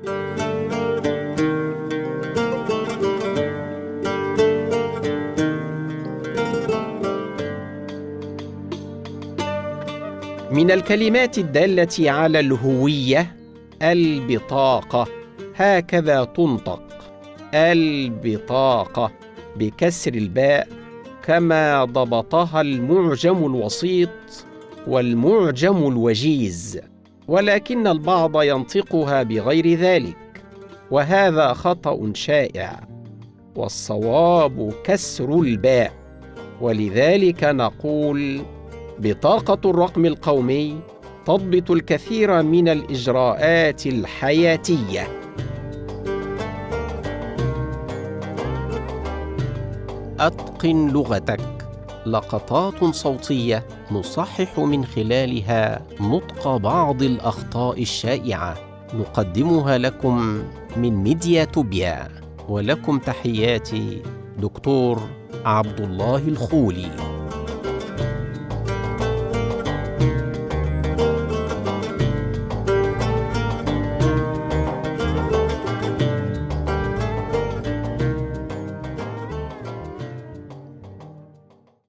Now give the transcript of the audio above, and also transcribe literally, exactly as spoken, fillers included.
من الكلمات الدالة على الهوية البطاقة، هكذا تنطق: البطاقة بكسر الباء، كما ضبطها المعجم الوسيط والمعجم الوجيز، ولكن البعض ينطقها بغير ذلك، وهذا خطأ شائع، والصواب كسر الباء. ولذلك نقول: بطاقة الرقم القومي تضبط الكثير من الإجراءات الحياتية. أتقن لغتك، لقطات صوتية نصحح من خلالها نطق بعض الأخطاء الشائعة، نقدمها لكم من ميديا توبيا. ولكم تحياتي، دكتور عبد الله الخولي.